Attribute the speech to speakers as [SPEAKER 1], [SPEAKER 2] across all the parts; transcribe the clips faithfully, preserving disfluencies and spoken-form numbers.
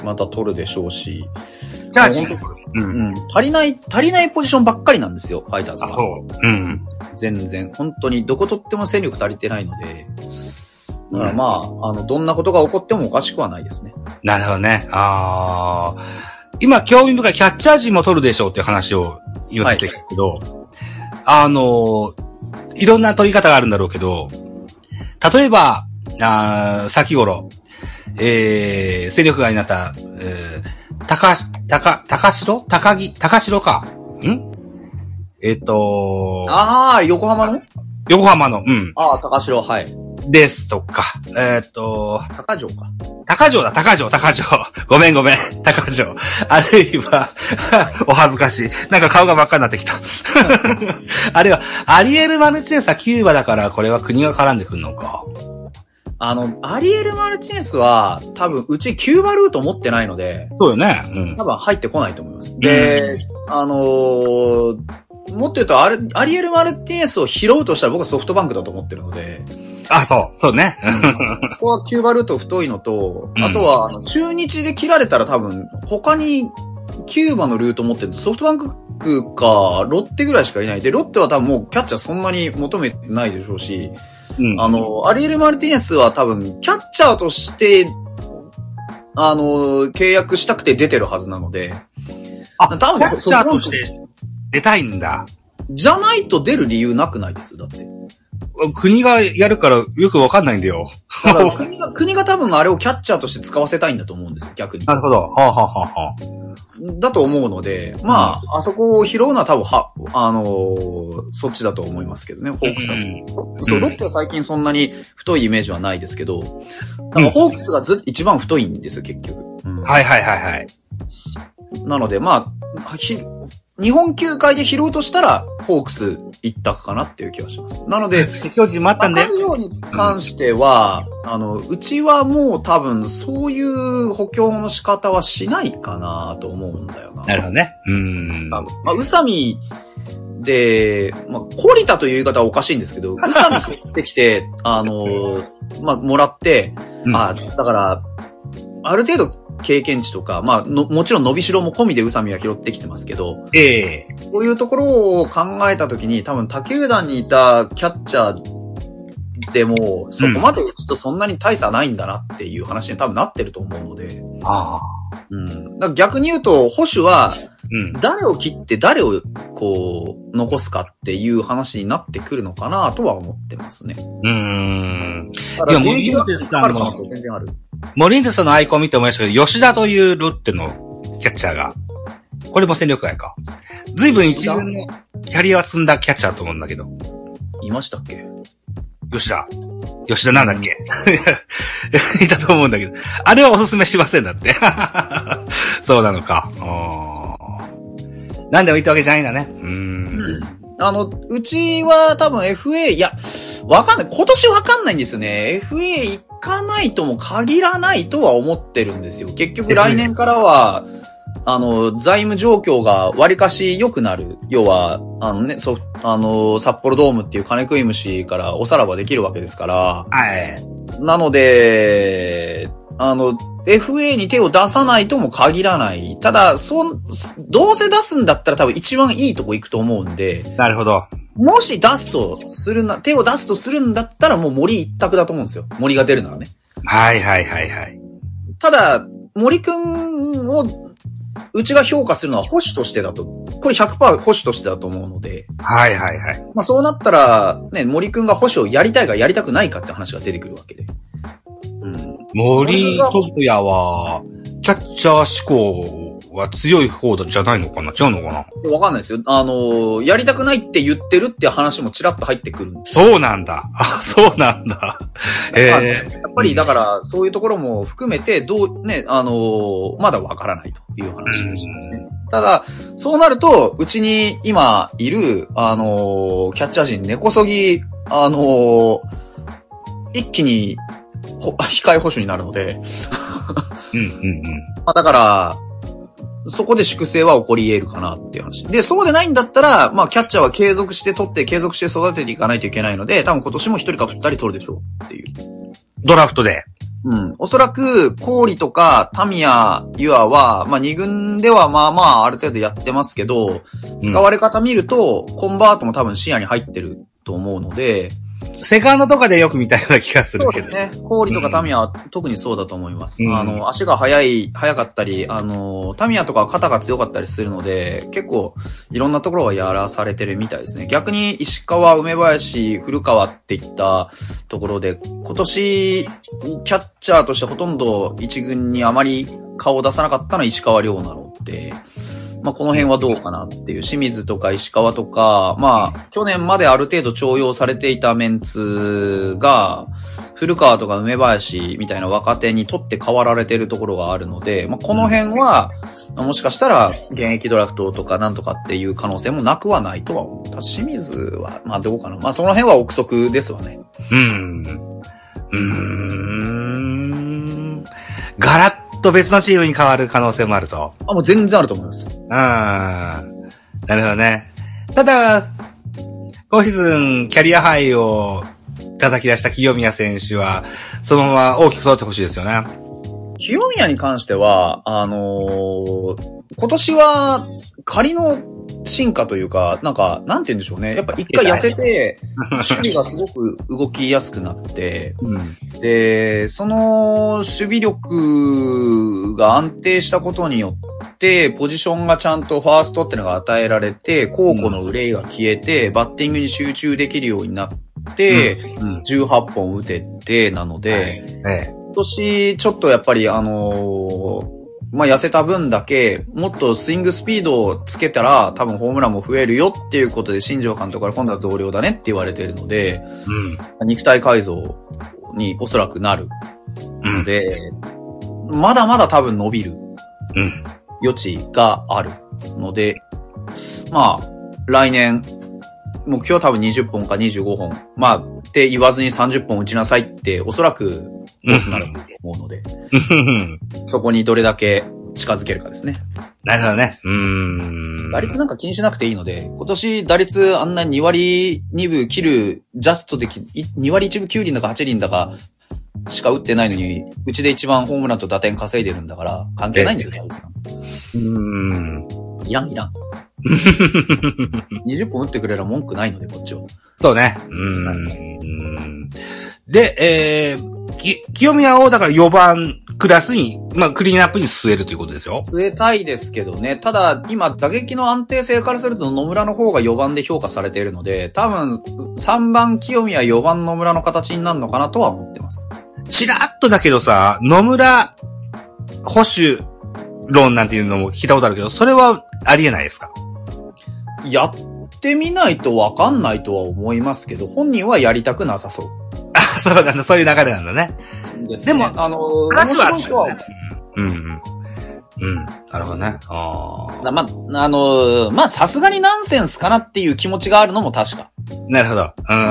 [SPEAKER 1] また取るでしょうし。
[SPEAKER 2] ジャージ、
[SPEAKER 1] うん、うん。足りない、足りないポジションばっかりなんですよ、ファイターズは。
[SPEAKER 2] あ、そう。うん。
[SPEAKER 1] 全然。本当にどこ取っても戦力足りてないので。だからまあ、あの、どんなことが起こってもおかしくはないですね。
[SPEAKER 2] なるほどね。ああ。今、興味深いキャッチャー陣も取るでしょうっていう話を言ってたけど、はい、あの、いろんな取り方があるんだろうけど、例えば、あ先頃、えー、勢力外になった、えー、高、高、高城高木高城か。んえっ、ー、と
[SPEAKER 1] ああ、横浜の
[SPEAKER 2] 横浜の、うん。
[SPEAKER 1] ああ、高城、はい。
[SPEAKER 2] ですとか、えっ、ー、と
[SPEAKER 1] 高城か。
[SPEAKER 2] 高城だ、高城、高城。ごめんごめん、高城。あるいは、お恥ずかしい。なんか顔が真っ赤になってきた。あるいは、アリエル・マルチネスはキューバだから、これは国が絡んでくるのか。
[SPEAKER 1] あの、アリエル・マルチネスは、多分、うちキューバルート持ってないので。
[SPEAKER 2] そうよね。うん。
[SPEAKER 1] 多分入ってこないと思います。で、うん、あのー、もっと言うとアル、アリエル・マルティネスを拾うとしたら僕はソフトバンクだと思ってるので。
[SPEAKER 2] あ、そう。そうね。
[SPEAKER 1] ここはキューバルート太いのと、あとは、あの、中日で切られたら多分、他にキューバのルート持ってるとソフトバンクか、ロッテぐらいしかいない。で、ロッテは多分もうキャッチャーそんなに求めてないでしょうし、うん、あの、アリエル・マルティネスは多分、キャッチャーとして、あの、契約したくて出てるはずなので。
[SPEAKER 2] あ、多分、キャッチャーとして出たいんだ。
[SPEAKER 1] じゃないと出る理由なくないです、だって。
[SPEAKER 2] 国がやるからよくわかんないんだよ。
[SPEAKER 1] だから国が、国が多分あれをキャッチャーとして使わせたいんだと思うんですよ、逆に。
[SPEAKER 2] なるほど。はあ、はあはあ、
[SPEAKER 1] だと思うので、まあ、うん、あそこを拾うのは多分は、あのー、そっちだと思いますけどね、ホークスは、うん。そう、ロッテは最近そんなに太いイメージはないですけど、なんかホークスがず一番太いんですよ、結局。
[SPEAKER 2] うん、はいはいはいはい。
[SPEAKER 1] なので、まあ、ひ、日本球界で拾うとしたら、ホークス一択かなっていう気がします。なので、
[SPEAKER 2] 巨人もあったんで。
[SPEAKER 1] 赤城に関しては、うん、あの、うちはもう多分、そういう補強の仕方はしないかなと思うんだよな。
[SPEAKER 2] なるほどね。うーん。
[SPEAKER 1] まあ、宇佐美で、まあ、懲りたという言い方はおかしいんですけど、宇佐美取ってきて、あの、まあ、もらって、うん、あ、だから、ある程度、経験値とか、まあの、もちろん伸びしろも込みで宇佐美は拾ってきてますけど、
[SPEAKER 2] ええ
[SPEAKER 1] ー。こういうところを考えたときに、多分他球団にいたキャッチャーでも、そこまでうちとそんなに大差ないんだなっていう話に多分なってると思うので、
[SPEAKER 2] ああ。
[SPEAKER 1] うん。だから逆に言うと、保守は、誰を切って誰をこう、残すかっていう話になってくるのかなとは思ってますね。
[SPEAKER 2] うーん。
[SPEAKER 1] いや、モリンテスさんの、全然ある。
[SPEAKER 2] モリンテスさんのアイコン見て思いましたけど、吉田というロッテのキャッチャーが、これも戦力外か。随分一軍のキャリアは積んだキャッチャーだと思うんだけど。
[SPEAKER 1] いましたっけ？
[SPEAKER 2] 吉田。吉田なんだっけいたと思うんだけど。あれはおすすめしませんだって。そうなのか。なんでもいいってわけじゃないんだね。うーん。
[SPEAKER 1] あの、うちは多分 エフエー、いや、わかんない。今年わかんないんですよね。エフエー 行かないとも限らないとは思ってるんですよ。結局来年からは、あの、財務状況が割かし良くなる。要は、あのね、そ、あの、札幌ドームっていう金食い虫からおさらばできるわけですから。
[SPEAKER 2] はい。
[SPEAKER 1] なので、あの、エフエー に手を出さないとも限らない。ただ、そん、どうせ出すんだったら多分一番いいとこ行くと思うんで。
[SPEAKER 2] なるほど。
[SPEAKER 1] もし出すとするな、手を出すとするんだったらもう森一択だと思うんですよ。森が出るならね。
[SPEAKER 2] はいはいはいはい。
[SPEAKER 1] ただ、森くんを、うちが評価するのは保守としてだと。これ ひゃくパーセント 保守としてだと思うので。
[SPEAKER 2] はいはいはい。
[SPEAKER 1] まあそうなったら、ね、森くんが保守をやりたいかやりたくないかって話が出てくるわけで。
[SPEAKER 2] うん。森友哉は、キャッチャー志向は強い方じゃないのかな？違うのかな？
[SPEAKER 1] わかんないですよ。あのー、やりたくないって言ってるって話もちらっと入ってくるんです。
[SPEAKER 2] そうなんだ。あ、そうなんだ。
[SPEAKER 1] ええー。やっぱりだから、そういうところも含めて、どう、ね、あのー、まだわからないという話ですね。ただ、そうなると、うちに今いる、あのー、キャッチャー陣根こそぎ、あのー、一気に、控え保守になるので。
[SPEAKER 2] うんうんうん。
[SPEAKER 1] まあだから、そこで粛清は起こり得るかなっていう話。で、そうでないんだったら、まあキャッチャーは継続して取って、継続して育てていかないといけないので、多分今年も一人か二人取るでしょうっていう。
[SPEAKER 2] ドラフトで。
[SPEAKER 1] うん。おそらく、氷とか、タミヤ、ユアは、まあ、二軍ではまあまあ、ある程度やってますけど、使われ方見ると、うん、コンバートも多分視野に入ってると思うので、
[SPEAKER 2] セカンドとかでよく見たような気がするけど。
[SPEAKER 1] そうですね。氷とかタミヤは特にそうだと思います。うん、あの、足が速い、速かったり、あの、タミヤとかは肩が強かったりするので、結構、いろんなところがやらされてるみたいですね。逆に、石川、梅林、古川っていったところで、今年、キャッチャーとしてほとんど一軍にあまり顔を出さなかったのは石川遼なので、まあ、この辺はどうかなっていう、清水とか石川とか、まあ、去年まである程度重用されていたメンツが、古川とか梅林みたいな若手にとって変わられているところがあるので、まあ、この辺は、もしかしたら、現役ドラフトとかなんとかっていう可能性もなくはないとは思う。ただ清水は、まあ、どうかな。まあ、その辺は憶測ですわね。
[SPEAKER 2] うん。うーん。ガラッと別のチームに変わる可能性もあると。
[SPEAKER 1] あ、もう全然あると思います。
[SPEAKER 2] ああ。なるほどね。ただ、今シーズンキャリアハイを叩き出した清宮選手は、そのまま大きく育ってほしいですよね。
[SPEAKER 1] 清宮に関しては、あのー、今年は仮の進化というか、なんか、なんて言うんでしょうね。やっぱ一回痩せて、守備がすごく動きやすくなって、うん、で、その守備力が安定したことによって、ポジションがちゃんとファーストってのが与えられて、後顧の憂いが消えて、バッティングに集中できるようになって、うんうん、じゅうはっぽん打てて、なので、はいええ、今年ちょっとやっぱりあのー、まあ、痩せた分だけ、もっとスイングスピードをつけたら、多分ホームランも増えるよっていうことで、新庄監督から今度は増量だねって言われているので、うん、肉体改造におそらくなるので、うん、まだまだ多分伸びる余地があるので、まあ、来年、目標は多分にじゅっぽんかにじゅうごほん。まあ、って言わずにさんじゅっぽん打ちなさいって、おそらく、ボスになると思うので、そこにどれだけ近づけるかですね。
[SPEAKER 2] なるほどね。うーん。
[SPEAKER 1] 打率なんか気にしなくていいので、今年打率あんなに割にぶ切る、ジャストでに割いちぶきゅうりんだかはちりんだかしか打ってないのに、うちで一番ホームランと打点稼いでるんだから、関係ないんですよ、打率なんて。
[SPEAKER 2] うーん。
[SPEAKER 1] いらんいらん。にじゅっぽん打ってくれら文句ないので、こっちは。
[SPEAKER 2] そうね。うーん。で、えー、清宮をだからよばんクラスに、まあクリーンアップに据えるということですよ。
[SPEAKER 1] 据えたいですけどね。ただ、今打撃の安定性からすると野村の方がよばんで評価されているので、多分さんばん清宮よばん野村の形になるのかなとは思ってます。
[SPEAKER 2] ちらっとだけどさ、野村保守論なんていうのも聞いたことあるけど、それはありえないですか？
[SPEAKER 1] やってみないとわかんないとは思いますけど、本人はやりたくなさそう。
[SPEAKER 2] あ、そうなんだ、そういう流れなんだね。
[SPEAKER 1] ですね。でも、あのー、
[SPEAKER 2] 話はあるよね。うんうん。うん。なるほどね。
[SPEAKER 1] ああ。ま、あのー、まあ、さすがにナンセンスかなっていう気持ちがあるのも確か。
[SPEAKER 2] なるほど。うん。うん、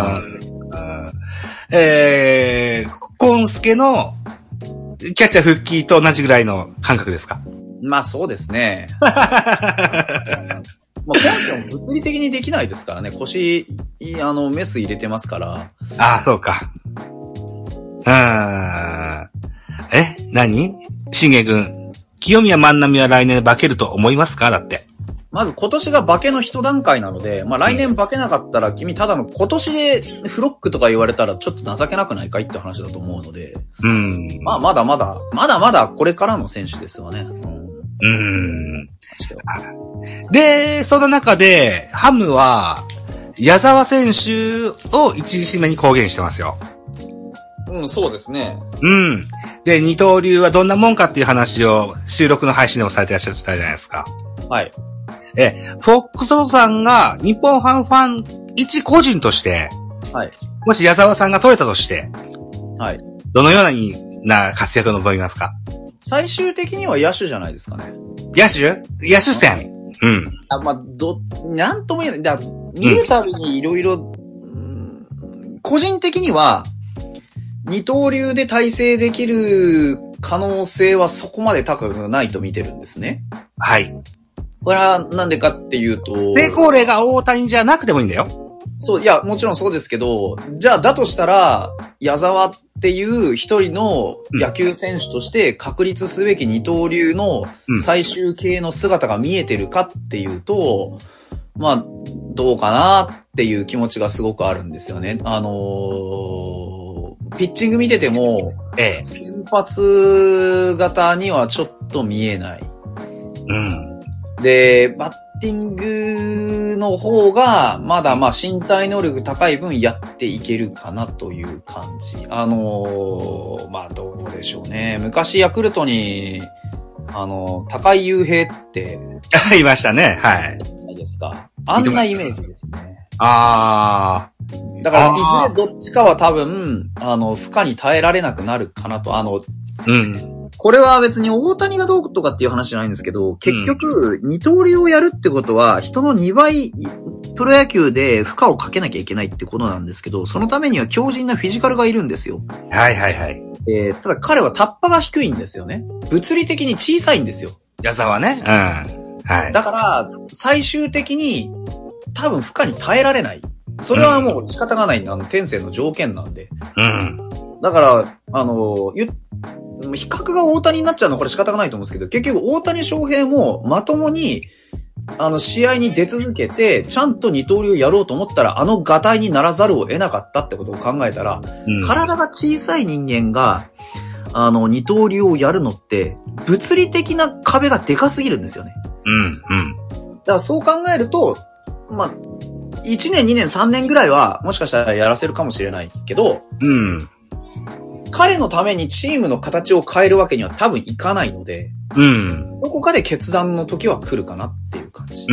[SPEAKER 2] えー、コンスケのキャッチャー復帰と同じぐらいの感覚ですか？
[SPEAKER 1] まあ、そうですね。まあ、コンスケも物理的にできないですからね。腰、あの、メス入れてますから。
[SPEAKER 2] ああ、そうか。あーえ何信玄君。清宮万波は来年化けると思いますか？だって。
[SPEAKER 1] まず今年が化けの一段階なので、まあ来年化けなかったら君ただの今年でフロックとか言われたらちょっと情けなくないかいって話だと思うので。
[SPEAKER 2] うん。
[SPEAKER 1] まあまだまだ、まだまだこれからの選手ですわね。うん。
[SPEAKER 2] うん。で、その中で、ハムは、矢沢選手を一時指名に公言してますよ。
[SPEAKER 1] うん、そうですね。
[SPEAKER 2] うん。で、二刀流はどんなもんかっていう話を収録の配信でもされてらっしゃったじゃないですか。
[SPEAKER 1] はい。
[SPEAKER 2] え、フォックスローさんが日本ハムファン一個人として、
[SPEAKER 1] はい。
[SPEAKER 2] もし矢沢さんが取れたとして、
[SPEAKER 1] はい。
[SPEAKER 2] どのような活躍を望みますか？
[SPEAKER 1] 最終的には野手じゃないですかね。
[SPEAKER 2] 野手？野手戦。うん。
[SPEAKER 1] あ、まあ、ど、なんとも言えない。だ見るたびにいろいろ、個人的には、二刀流で体制できる可能性はそこまで高くないと見てるんですね。
[SPEAKER 2] はい。
[SPEAKER 1] これはなんでかっていうと。
[SPEAKER 2] 成功例が大谷じゃなくてもいいんだよ。
[SPEAKER 1] そう、いや、もちろんそうですけど、じゃあだとしたら、矢沢っていう一人の野球選手として確立すべき二刀流の最終形の姿が見えてるかっていうと、まあ、どうかなっていう気持ちがすごくあるんですよね。あのー、ピッチング見てても、ええ、先発型にはちょっと見えない。
[SPEAKER 2] うん。
[SPEAKER 1] で、バッティングの方が、まだまあ身体能力高い分やっていけるかなという感じ。あのー、まあどうでしょうね。昔ヤクルトに、あの、高井雄平って。
[SPEAKER 2] いましたね。はい。
[SPEAKER 1] ないですか。あんなイメージですね。
[SPEAKER 2] ああ。
[SPEAKER 1] だから、いずれどっちかは多分、あの、負荷に耐えられなくなるかなと。あの、
[SPEAKER 2] うん。
[SPEAKER 1] これは別に大谷がどうとかっていう話じゃないんですけど、結局、二刀流をやるってことは、人のにばい、プロ野球で負荷をかけなきゃいけないってことなんですけど、そのためには強靭なフィジカルがいるんですよ。
[SPEAKER 2] はいはいはい。
[SPEAKER 1] えー、ただ彼はタッパが低いんですよね。物理的に小さいんですよ。
[SPEAKER 2] 矢沢ね。うん。はい。
[SPEAKER 1] だから、最終的に、多分負荷に耐えられない。それはもう仕方がない、うん、あの、天性の条件なんで。
[SPEAKER 2] うん。
[SPEAKER 1] だから、あの、ゆ、比較が大谷になっちゃうのはこれ仕方がないと思うんですけど、結局大谷翔平もまともに、あの、試合に出続けて、ちゃんと二刀流やろうと思ったら、あのガタイにならざるを得なかったってことを考えたら、うん、体が小さい人間が、あの、二刀流をやるのって、物理的な壁がでかすぎるんですよね。
[SPEAKER 2] うん、うん。
[SPEAKER 1] だからそう考えると、まあ、いちねん、にねん、さんねんぐらいは、もしかしたらやらせるかもしれないけど、
[SPEAKER 2] うん。
[SPEAKER 1] 彼のためにチームの形を変えるわけには多分いかないので、
[SPEAKER 2] うん。
[SPEAKER 1] どこかで決断の時は来るかなっていう感じ。
[SPEAKER 2] うん。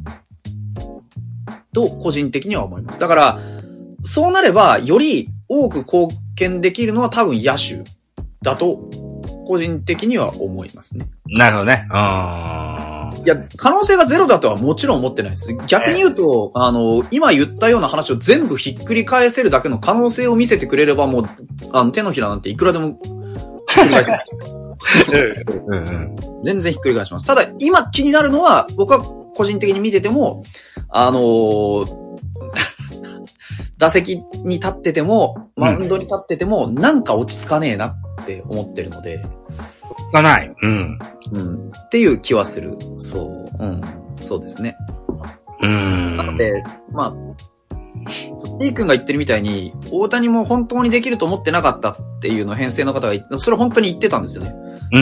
[SPEAKER 1] と、個人的には思います。だから、そうなれば、より多く貢献できるのは多分野手だと、個人的には思いますね。
[SPEAKER 2] なるほどね。あ
[SPEAKER 1] いや、可能性がゼロだとはもちろん思ってないです。逆に言うと、あの、今言ったような話を全部ひっくり返せるだけの可能性を見せてくれればもう、あの、手のひらなんていくらでも、ひっくり返せます。
[SPEAKER 2] うんうん、
[SPEAKER 1] 全然ひっくり返します。ただ、今気になるのは、僕は個人的に見てても、あのー、打席に立ってても、マウンドに立ってても、うん、なんか落ち着かねえなって思ってるので。
[SPEAKER 2] がない。うん。
[SPEAKER 1] うん。っていう気はする。そう。うん。そうですね。
[SPEAKER 2] うん。
[SPEAKER 1] なので、まあ、T 君が言ってるみたいに、大谷も本当にできると思ってなかったっていうのを編成の方が言って、それ本当に言ってたんですよね。
[SPEAKER 2] うん。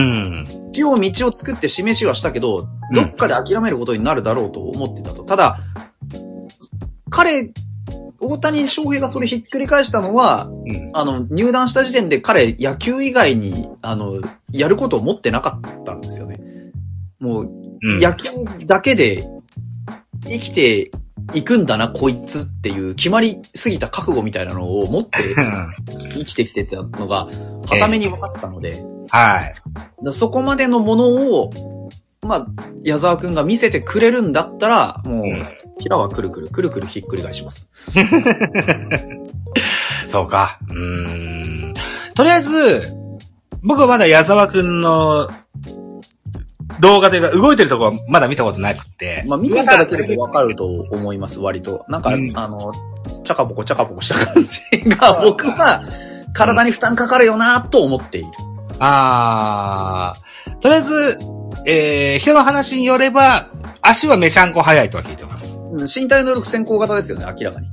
[SPEAKER 1] 一応道を作って示しはしたけど、どっかで諦めることになるだろうと思ってたと。ただ、彼、大谷翔平がそれひっくり返したのは、うん、あの、入団した時点で彼野球以外に、あの、やることを持ってなかったんですよね。もう、うん、野球だけで生きていくんだな、こいつっていう決まりすぎた覚悟みたいなのを持って生きてきてたのが、はために分かったので、え
[SPEAKER 2] ー、はい。
[SPEAKER 1] だそこまでのものを、まあ、矢沢くんが見せてくれるんだったら、もう、うん平はくるくる、くるくるひっくり返します。
[SPEAKER 2] そうか。うーん。とりあえず、僕はまだ矢沢くんの動画で動いてるところはまだ見たことなくて。
[SPEAKER 1] まあ見ていただければわかると思います、割と。なんか、うん、あの、チャカポコチャカポコした感じが僕は体に負担かかるよなと思っている。
[SPEAKER 2] うん、あー。とりあえず、えー、人の話によれば、足はめちゃんこ速いとは聞いてます。
[SPEAKER 1] 身体能力先行型ですよね、明らかに。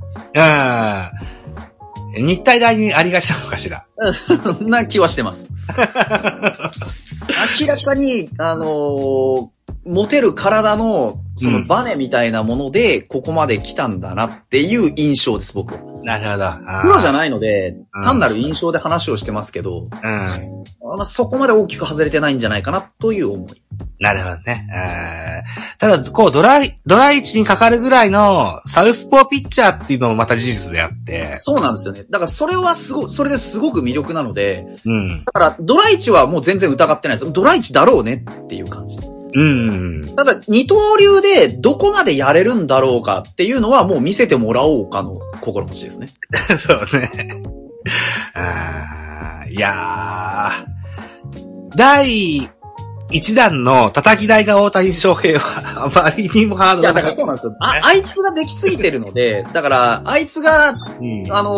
[SPEAKER 2] うん。日体大にありがちなのかしら。
[SPEAKER 1] な気はしてます。明らかに、あのー、持てる体の、そのバネみたいなもので、ここまで来たんだなっていう印象です、僕は。
[SPEAKER 2] なるほど。
[SPEAKER 1] プロじゃないので、単なる印象で話をしてますけど、
[SPEAKER 2] うん。
[SPEAKER 1] まあ、そこまで大きく外れてないんじゃないかなという思い。
[SPEAKER 2] なるほどね。ただ、こう、ドライ、ドライ位置にかかるぐらいのサウスポーピッチャーっていうのもまた事実であって。
[SPEAKER 1] そうなんですよね。だからそれはすご、それですごく魅力なので、
[SPEAKER 2] うん。
[SPEAKER 1] だから、ドライ位置はもう全然疑ってないです。ドライ位置だろうねっていう感じ。
[SPEAKER 2] うん。
[SPEAKER 1] ただ、二刀流でどこまでやれるんだろうかっていうのはもう見せてもらおうかの心持ちですね。
[SPEAKER 2] そうね。あーいやー。第一弾の叩き台が大谷翔平はあまりにもハードだ
[SPEAKER 1] いや、だからそうなんですよ。あ、あいつができすぎてるので、だから、あいつが、うん、あの、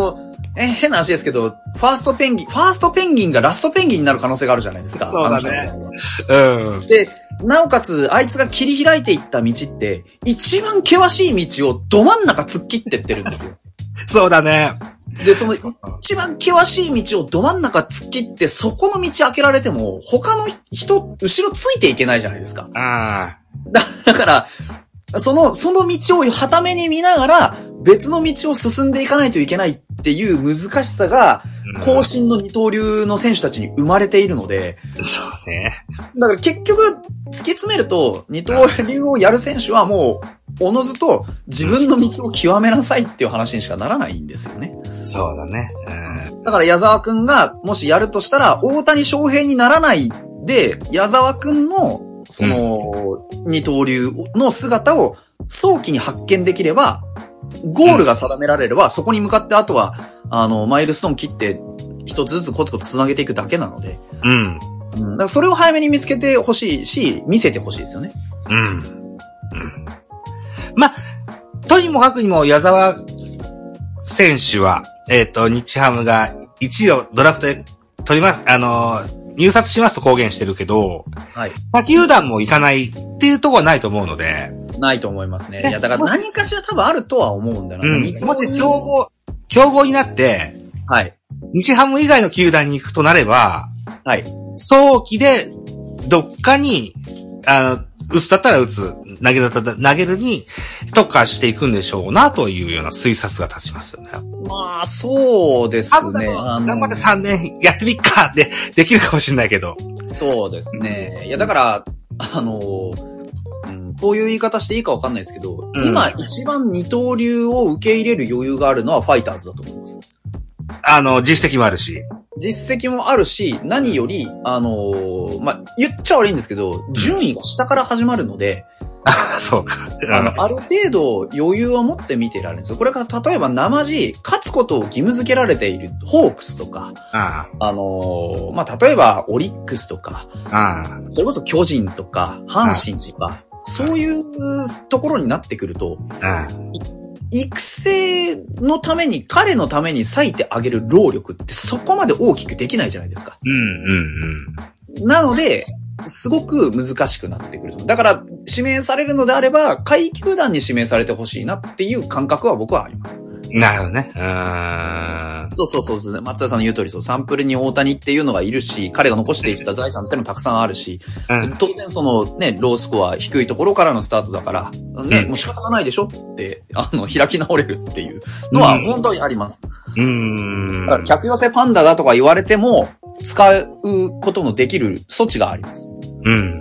[SPEAKER 1] え、変な話ですけど、ファーストペンギン、ファーストペンギンがラストペンギンになる可能性があるじゃないですか。
[SPEAKER 2] そうだね。うん。
[SPEAKER 1] で、なおかつ、あいつが切り開いていった道って、一番険しい道をど真ん中突っ切ってってるんですよ。
[SPEAKER 2] そうだね。
[SPEAKER 1] で、その一番険しい道をど真ん中突っ切って、そこの道開けられても、他の人、後ろついていけないじゃないですか。
[SPEAKER 2] ああ。
[SPEAKER 1] だ、だから、その、その道をはために見ながら、別の道を進んでいかないといけないっていう難しさが、後進の二刀流の選手たちに生まれているので、
[SPEAKER 2] そうね。
[SPEAKER 1] だから結局、突き詰めると、二刀流をやる選手はもう、おのずと自分の道を極めなさいっていう話にしかならないんですよね。
[SPEAKER 2] そうだね。うん、
[SPEAKER 1] だから矢沢くんがもしやるとしたら、大谷翔平にならないで、矢沢くんの、その、二刀流の姿を早期に発見できれば、ゴールが定められれば、そこに向かってあとは、あの、マイルストーン切って、一つずつコツコツ繋げていくだけなので。
[SPEAKER 2] うん。
[SPEAKER 1] うん。だからそれを早めに見つけてほしいし、見せてほしいですよね。
[SPEAKER 2] うん。うん。ま、とにもかくにも矢沢選手は、えっと、日ハムがいちいをドラフトで取ります、あの、入札しますと公言してるけど、
[SPEAKER 1] はい。
[SPEAKER 2] 他球団も行かないっていうところはないと思うので。
[SPEAKER 1] ないと思いますね。いや、だから何かしら多分あるとは思うんだよな。
[SPEAKER 2] うん。もし競合、競合になって、
[SPEAKER 1] はい。
[SPEAKER 2] 日ハム以外の球団に行くとなれば、
[SPEAKER 1] はい。
[SPEAKER 2] 早期で、どっかに、あの、打つだったら打つ、投げだったら投げるに特化していくんでしょうな、というような推察が立ちますよね。
[SPEAKER 1] まあ、そうですね。
[SPEAKER 2] あの、頑張ってさんねんやってみっかで、できるかもしれないけど。
[SPEAKER 1] そうですね。いや、だから、あの、うん、こういう言い方していいかわかんないですけど、うん、今一番二刀流を受け入れる余裕があるのはファイターズだと思います。
[SPEAKER 2] あの、実績もあるし。
[SPEAKER 1] 実績もあるし、何より、あのー、まあ、言っちゃ悪いんですけど、順位が下から始まるので、
[SPEAKER 2] あ、そうか。
[SPEAKER 1] あの、ある程度余裕を持って見てられるんですよ。これから例えば生地、勝つことを義務付けられているホークスとか、
[SPEAKER 2] あ,
[SPEAKER 1] あのー、まあ、例えばオリックスとか、
[SPEAKER 2] あ
[SPEAKER 1] それこそ巨人とか、阪神とか、そういうところになってくると、
[SPEAKER 2] あ
[SPEAKER 1] 育成のために、彼のために割いてあげる労力ってそこまで大きくできないじゃないですか。
[SPEAKER 2] うんうん
[SPEAKER 1] うん。なので、すごく難しくなってくると。だから、指名されるのであれば、下位球団に指名されてほしいなっていう感覚は僕はあります。
[SPEAKER 2] なるほどね。うーん。
[SPEAKER 1] そうそうそうそう。松田さんの言う通りそう。サンプルに大谷っていうのがいるし、彼が残していった財産ってのもたくさんあるし、うん、当然そのね、ロースコア低いところからのスタートだから、ね、うん、もう仕方がないでしょって、あの、開き直れるっていうのは本当にあります。
[SPEAKER 2] うーん。
[SPEAKER 1] だから客寄せパンダだとか言われても、使うことのできる措置があります。
[SPEAKER 2] うん。うん。うん。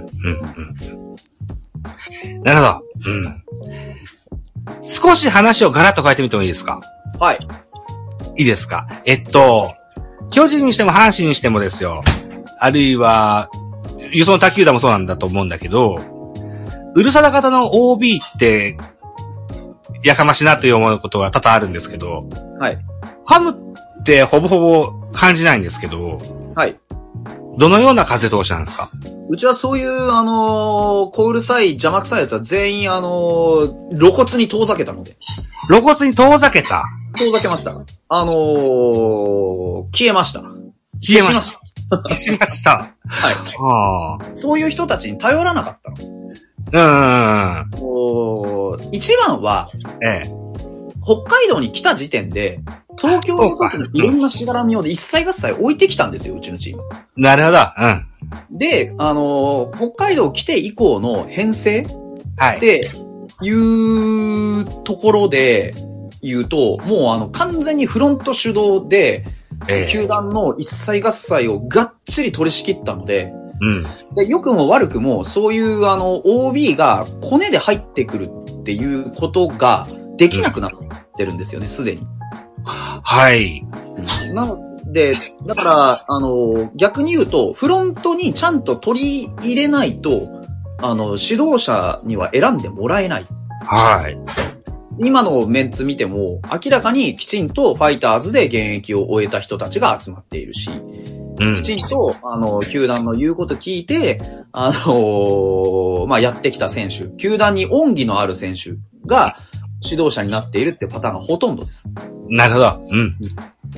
[SPEAKER 2] なるほど。うん。少し話をガラッと変えてみてもいいですか？
[SPEAKER 1] はい。
[SPEAKER 2] いいですか？えっと、巨人にしても阪神にしてもですよ。あるいは、輸送の他球団もそうなんだと思うんだけど、うるさな方の オービー って、やかましいなという思うことが多々あるんですけど、
[SPEAKER 1] はい。
[SPEAKER 2] ハムってほぼほぼ感じないんですけど、
[SPEAKER 1] はい。
[SPEAKER 2] どのような風通しなんですか？
[SPEAKER 1] うちはそういう、あのー、小うるさい、邪魔くさいやつは全員、あのー、露骨に遠ざけたので。
[SPEAKER 2] 露骨に遠ざけた？
[SPEAKER 1] 遠ざけました。あのー、消えました。
[SPEAKER 2] 消えました。消しました。
[SPEAKER 1] はい。
[SPEAKER 2] はあ、
[SPEAKER 1] そういう人たちに頼らなかったの。
[SPEAKER 2] うーん。
[SPEAKER 1] おー、一番は、
[SPEAKER 2] ええ。
[SPEAKER 1] 北海道に来た時点で、東京の時にいろんなしがらみをで一切合切置いてきたんですよ、うちのチーム。
[SPEAKER 2] なるほど。
[SPEAKER 1] うん。で、あのー、北海道来て以降の編成
[SPEAKER 2] はい。
[SPEAKER 1] っていうところで言うと、もうあの完全にフロント主導で、えー、球団の一切合切をがっちり取り仕切ったので、
[SPEAKER 2] うん。
[SPEAKER 1] で、良くも悪くも、そういうあの オービー がコネで入ってくるっていうことができなくなってるんですよね、すでに。
[SPEAKER 2] はい。
[SPEAKER 1] なので、だから、あの、逆に言うと、フロントにちゃんと取り入れないと、あの、指導者には選んでもらえない。
[SPEAKER 2] はい。
[SPEAKER 1] 今のメンツ見ても、明らかにきちんとファイターズで現役を終えた人たちが集まっているし、うん、きちんと、あの、球団の言うこと聞いて、あのー、まあ、やってきた選手、球団に恩義のある選手が指導者になっているっていうパターンがほとんどです。
[SPEAKER 2] なるほど。うん。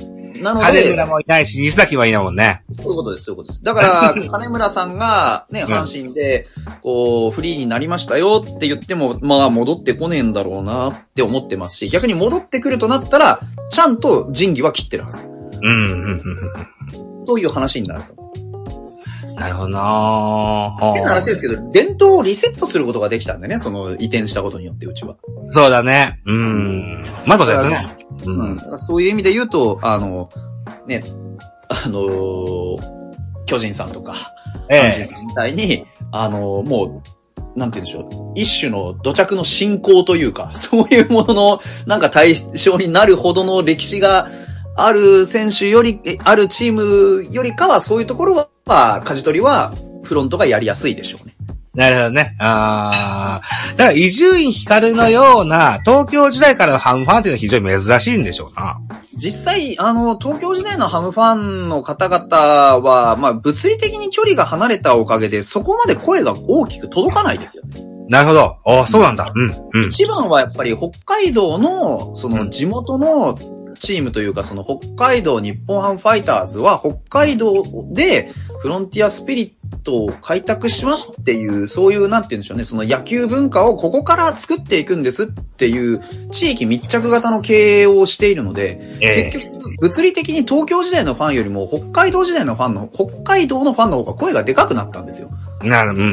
[SPEAKER 1] なので。
[SPEAKER 2] 金村もいないし、西崎はいないもんね。
[SPEAKER 1] そういうことです、そういうことです。だから、金村さんがね、阪神で、こう、フリーになりましたよって言っても、まあ戻ってこねえんだろうなって思ってますし、逆に戻ってくるとなったら、ちゃんと仁義は切ってるはず。
[SPEAKER 2] うん、うん、うん。
[SPEAKER 1] という話になると。
[SPEAKER 2] なるほどなぁ。
[SPEAKER 1] 変な話ですけど、伝統をリセットすることができたんでね、その移転したことによって、うちは。
[SPEAKER 2] そうだね。うん。まだだよね。
[SPEAKER 1] うん。うん、そういう意味で言うと、あの、ね、あのー、巨人さんとか、
[SPEAKER 2] ええ、
[SPEAKER 1] 阪神さんみたいに、あのー、もう、なんて言うんでしょう。一種の土着の信仰というか、そういうものの、なんか対象になるほどの歴史がある選手より、あるチームよりかは、そういうところは、舵取りは、フロントがやりやすいでしょうね。
[SPEAKER 2] なるほどね。ああ。だから、伊集院光のような、東京時代からのハムファンっていうのは非常に珍しいんでしょうな。
[SPEAKER 1] 実際、あの、東京時代のハムファンの方々は、まあ、物理的に距離が離れたおかげで、そこまで声が大きく届かないですよね。
[SPEAKER 2] なるほど。ああ、そうなんだ。うん、うん。
[SPEAKER 1] 一番はやっぱり北海道の、その地元のチームというか、その北海道日本ハムファイターズは、北海道でフロンティアスピリットを開拓しますっていう、そういう、なんて言うんでしょうね、その野球文化をここから作っていくんですっていう、地域密着型の経営をしているので、えー、結局、物理的に東京時代のファンよりも、北海道時代のファンの、北海道のファンの方が声がでかくなったんですよ。
[SPEAKER 2] なる、うんうん。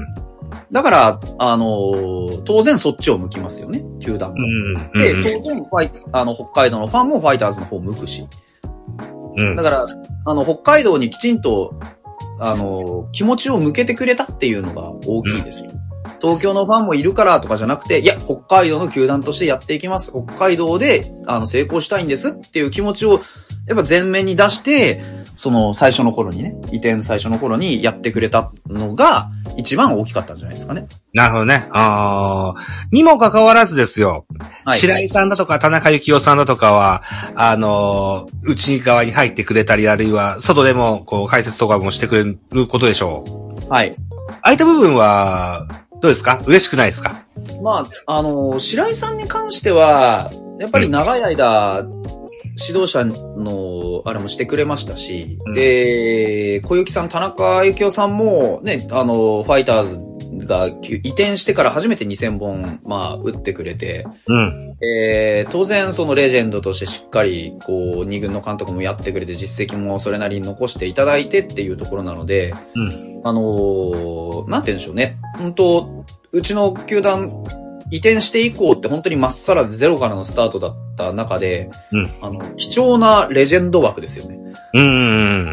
[SPEAKER 1] だから、あのー、当然そっちを向きますよね、球団も。うんうんうん、で、当然ファイ、あの、北海道のファンもファイターズの方を向くし。うん、だから、あの、北海道にきちんと、あの、気持ちを向けてくれたっていうのが大きいですよ。うん、東京のファンもいるからとかじゃなくて、いや、北海道の球団としてやっていきます。北海道で、あの、成功したいんですっていう気持ちを、やっぱ前面に出して、その最初の頃にね、移転最初の頃にやってくれたのが、一番大きかったんじゃないですかね。
[SPEAKER 2] なるほどね。ああ。にもかかわらずですよ。はい、白井さんだとか田中幸雄さんだとかは、あの、内側に入ってくれたり、あるいは外でもこう解説とかもしてくれることでしょう。
[SPEAKER 1] はい。
[SPEAKER 2] ああいった部分は、どうですか？嬉しくないですか？
[SPEAKER 1] まあ、あの、白井さんに関しては、やっぱり長い間、うん、指導者の、あれもしてくれましたし、うん、で、小雪さん、田中幸雄さんも、ね、あの、ファイターズが移転してから初めてにせんぼん、まあ、打ってくれて、うん、えー、当然、そのレジェンドとしてしっかり、こう、二軍の監督もやってくれて、実績もそれなりに残していただいてっていうところなので、うん、あのー、なんて言うんでしょうね。本当うちの球団、移転して以降って本当にまっさらでゼロからのスタートだった中で、うん、あの、貴重なレジェンド枠ですよね。
[SPEAKER 2] うん。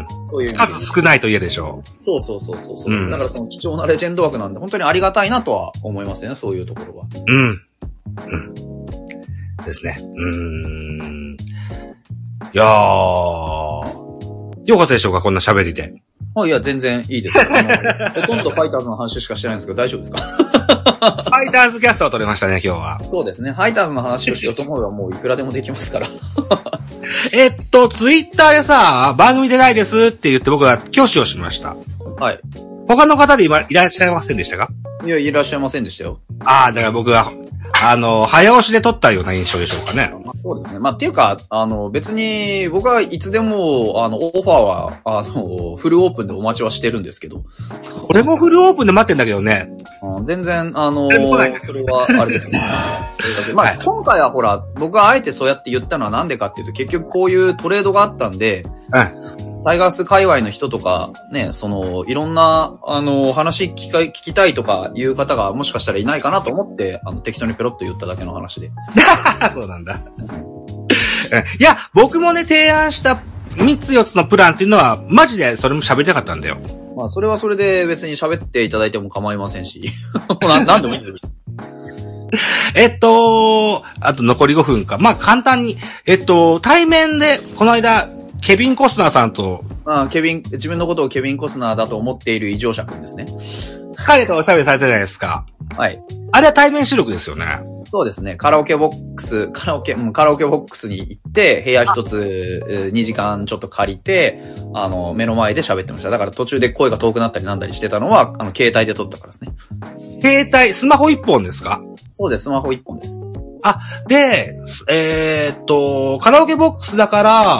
[SPEAKER 2] そういう。数少ないと言えでしょう。
[SPEAKER 1] そうそうそうそうそう、うん。だからその貴重なレジェンド枠なんで本当にありがたいなとは思いますね、そういうところは。
[SPEAKER 2] うん。うん。ですね。うーん。いやー。よかったでしょうか、こんな喋りで。
[SPEAKER 1] あ、いや、全然いいです。あのほとんどファイターズの話しかしてないんですけど、大丈夫ですか？
[SPEAKER 2] ファイターズキャストを取れましたね、今日は。
[SPEAKER 1] そうですね。ファイターズの話をしようと思えばもういくらでもできますから。
[SPEAKER 2] えっと、ツイッターでさ、番組出ないですって言って僕は挙手をしました。
[SPEAKER 1] はい。
[SPEAKER 2] 他の方で今いらっしゃいませんでしたか？
[SPEAKER 1] いや、いらっしゃいませんでしたよ。
[SPEAKER 2] ああ、だから僕は、あの、早押しで撮ったような印象でしょうかね。
[SPEAKER 1] そうですね。まあ、っていうか、あの、別に、僕はいつでも、あの、オファーは、あの、フルオープンでお待ちはしてるんですけど。
[SPEAKER 2] 俺もフルオープンで待ってんだけどね。
[SPEAKER 1] 全然、あの、それは、あれですね。まあ、はい、今回はほら、僕があえてそうやって言ったのはなんでかっていうと、結局こういうトレードがあったんで、うんタイガース界隈の人とか、ね、その、いろんな、あの、話聞き、聞きたいとかいう方がもしかしたらいないかなと思って、あの、適当にペロッと言っただけの話で。
[SPEAKER 2] そうなんだ。いや、僕もね、提案したみっつよっつのプランっていうのは、マジでそれも喋りたかったんだよ。
[SPEAKER 1] まあ、それはそれで別に喋っていただいても構いませんし。な, なんでもいいですよ。
[SPEAKER 2] えっと、あと残りごふんか。まあ、簡単に、えっと、対面で、この間、ケビン・コスナーさんと。
[SPEAKER 1] ああ、ケビン、自分のことをケビン・コスナーだと思っている異常者くんですね。
[SPEAKER 2] 彼とおしゃべりされたじゃないですか。
[SPEAKER 1] はい。
[SPEAKER 2] あれは対面収録ですよね。
[SPEAKER 1] そうですね。カラオケボックス、カラオケ、うん、カラオケボックスに行って、部屋一つ、にじかんちょっと借りて、あの、目の前で喋ってました。だから途中で声が遠くなったりなんだりしてたのは、あの、携帯で撮ったからですね。
[SPEAKER 2] 携帯、スマホ一本ですか？
[SPEAKER 1] そうです、スマホ一本です。
[SPEAKER 2] あ、で、えー、っと、カラオケボックスだから、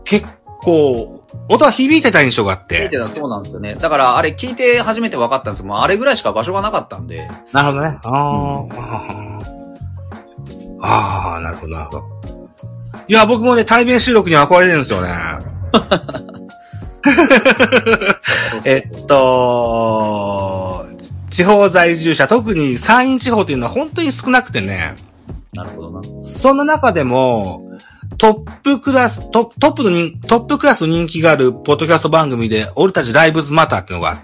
[SPEAKER 2] 結構、音は響いてた印象があって。
[SPEAKER 1] 響いてた、そうなんですよね。だから、あれ聞いて初めて分かったんですけど、もうあれぐらいしか場所がなかったんで。
[SPEAKER 2] なるほどね。ああ、ああ、なるほど、なるほど。いや、僕もね、対面収録に憧れてるんですよね。えっと、地方在住者、特に山陰地方っていうのは本当に少なくてね。
[SPEAKER 1] なるほどな。そ
[SPEAKER 2] の中でも、トップクラス、トトップの人、トップクラスの人気があるポッドキャスト番組で、俺たちライブズマターっていうのがあって。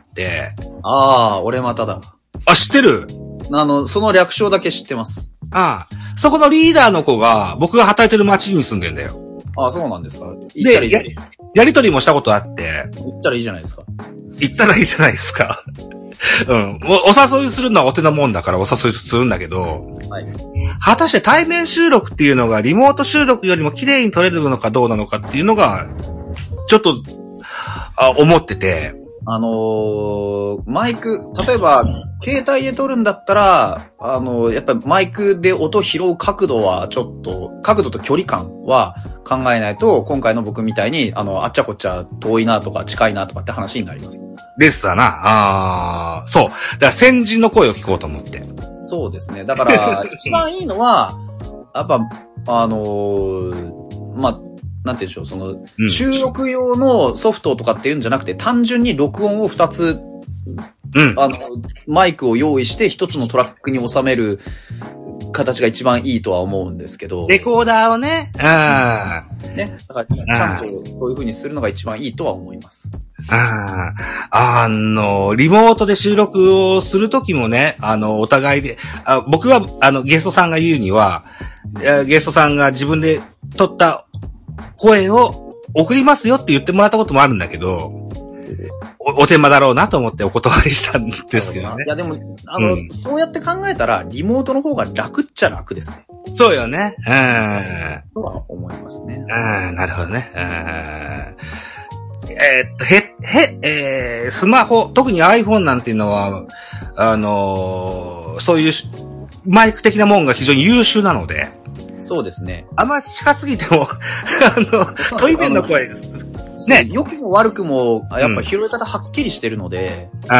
[SPEAKER 1] ああ、俺まただ。
[SPEAKER 2] あ、知ってる？
[SPEAKER 1] あの、その略称だけ知ってます。
[SPEAKER 2] ああ。そこのリーダーの子が、僕が働いてる町に住んでんだよ。
[SPEAKER 1] ああ、そうなんですか。行ったらいい
[SPEAKER 2] や、やりとりもしたことあって。
[SPEAKER 1] 行ったらいいじゃないですか。
[SPEAKER 2] 行ったらいいじゃないですか。うん。お、お誘いするのはお手のもんだからお誘いするんだけど、はい。果たして対面収録っていうのがリモート収録よりも綺麗に撮れるのかどうなのかっていうのが、ちょっと、あ、思ってて。
[SPEAKER 1] あのー、マイク、例えば、携帯で撮るんだったら、あのー、やっぱりマイクで音拾う角度はちょっと、角度と距離感は考えないと、今回の僕みたいに、あの、あっちゃこっちゃ遠いなとか近いなとかって話になります。
[SPEAKER 2] ですわな。ああ、そう。だから先人の声を聞こうと思って。
[SPEAKER 1] そうですね。だから、一番いいのは、やっぱ、あのー、まあ、なんて言うんでしょう、その、うん、収録用のソフトとかっていうんじゃなくて、単純に録音を二つ、うん、あの、マイクを用意して一つのトラックに収める形が一番いいとは思うんですけど。
[SPEAKER 2] レコーダーをね、あ
[SPEAKER 1] ね。だから、ちゃんとそういう風にするのが一番いいとは思います。
[SPEAKER 2] ああ、あの、リモートで収録をするときもね、あの、お互いで、あ僕は、あの、ゲストさんが言うには、ゲストさんが自分で撮った声を送りますよって言ってもらったこともあるんだけど、お, お手間だろうなと思ってお断りしたんですけどね。
[SPEAKER 1] いやでも、あの、うん、そうやって考えたら、リモートの方が楽っちゃ楽ですね。
[SPEAKER 2] そうよね。うん。
[SPEAKER 1] とは思いますね。
[SPEAKER 2] うん、なるほどね。うんえー、っと、へ、へ、えー、スマホ、特に iPhone なんていうのは、あのー、そういうマイク的なもんが非常に優秀なので。
[SPEAKER 1] そうですね。
[SPEAKER 2] あんま近すぎても、あの、トイメンの声です。
[SPEAKER 1] ね。良くも悪くも、やっぱ拾い方はっきりしてるので。
[SPEAKER 2] うん、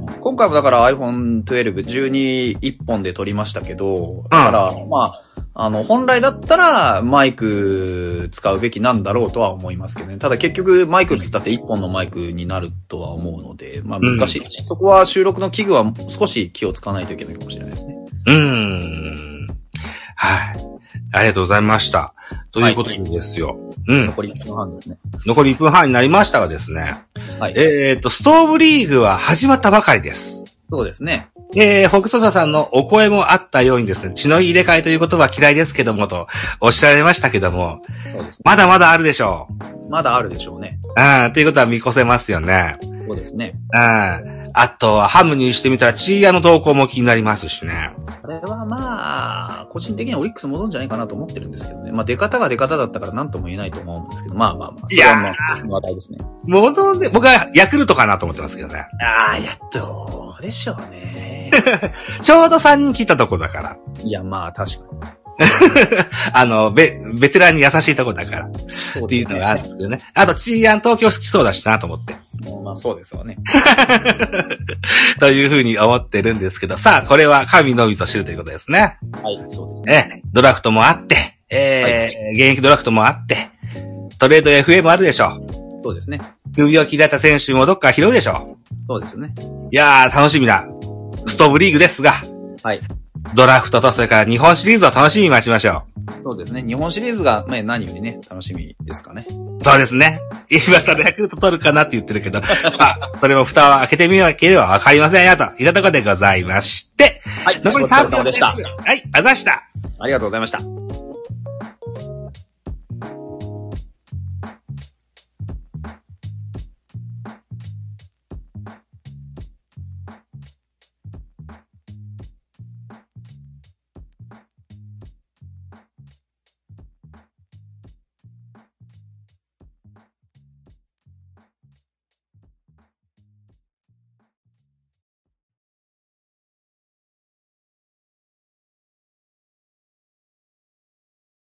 [SPEAKER 1] 今回もだから iPhone じゅうに、じゅうにいっぽんで撮りましたけど、だから、うん、まあ、あの、本来だったらマイク使うべきなんだろうとは思いますけどね。ただ結局マイクつったっていっぽんのマイクになるとは思うので、まあ難しい、うん。そこは収録の器具は少し気をつかないといけないかもしれないですね。
[SPEAKER 2] うーん。はい。ありがとうございました。ということですよ。はい、うん。
[SPEAKER 1] 残りいっぷんはんですね。
[SPEAKER 2] 残りいっぷんはんになりましたがですね。
[SPEAKER 1] はい。
[SPEAKER 2] えっと、ストーブリーグは始まったばかりです。
[SPEAKER 1] そうですね。
[SPEAKER 2] えー、フォクソサさんのお声もあったようにですね、血の入れ替えということは嫌いですけどもとおっしゃられましたけども、
[SPEAKER 1] そうですね、
[SPEAKER 2] まだまだあるでしょ
[SPEAKER 1] う。まだあるでしょうね。
[SPEAKER 2] ああ、ということは見越せますよね。
[SPEAKER 1] そうですね。
[SPEAKER 2] ああ、あとはハムにしてみたらチーヤの動向も気になりますしね。
[SPEAKER 1] これはまあ、個人的にはオリックス戻るんじゃないかなと思ってるんですけどね。まあ出方が出方だったから何とも言えないと思うんですけど、まあまあまあ、それはまあ別の話題ですね。
[SPEAKER 2] 戻る、僕はヤクルトかなと思ってますけどね。
[SPEAKER 1] ああ、やっと、でしょうね。
[SPEAKER 2] ちょうどさんにん切ったとこだから。
[SPEAKER 1] いや、まあ確かに。
[SPEAKER 2] あの、ベ、ベテランに優しいとこだから。そうですね。っていうのがあるんですけどね。あと、チーヤン東京好きそうだしなと思って。
[SPEAKER 1] まあそうですよね。
[SPEAKER 2] というふうに思ってるんですけど、さあ、これは神のみぞ知るということですね。
[SPEAKER 1] はい、そうですね。
[SPEAKER 2] え、ドラフトもあって、えー、はい、現役ドラフトもあって、トレード エフエー もあるでしょう。
[SPEAKER 1] そうですね。
[SPEAKER 2] 首を切られた選手もどっか拾うでしょ
[SPEAKER 1] う。そうですね。
[SPEAKER 2] いやー、楽しみな、ストーブリーグですが、
[SPEAKER 1] はい。
[SPEAKER 2] ドラフトとそれから日本シリーズを楽しみに待ちましょ
[SPEAKER 1] う。そうですね。日本シリーズが、まあ、何よりね、楽しみですかね。
[SPEAKER 2] そうですね。今更ヤクルト取るかなって言ってるけど、さあ、それも蓋を開けてみなければわかりませんよ、といったところでございまして、
[SPEAKER 1] はい。
[SPEAKER 2] 残りさんぷん
[SPEAKER 1] でした。
[SPEAKER 2] はい、あざした。
[SPEAKER 1] ありがとうございました。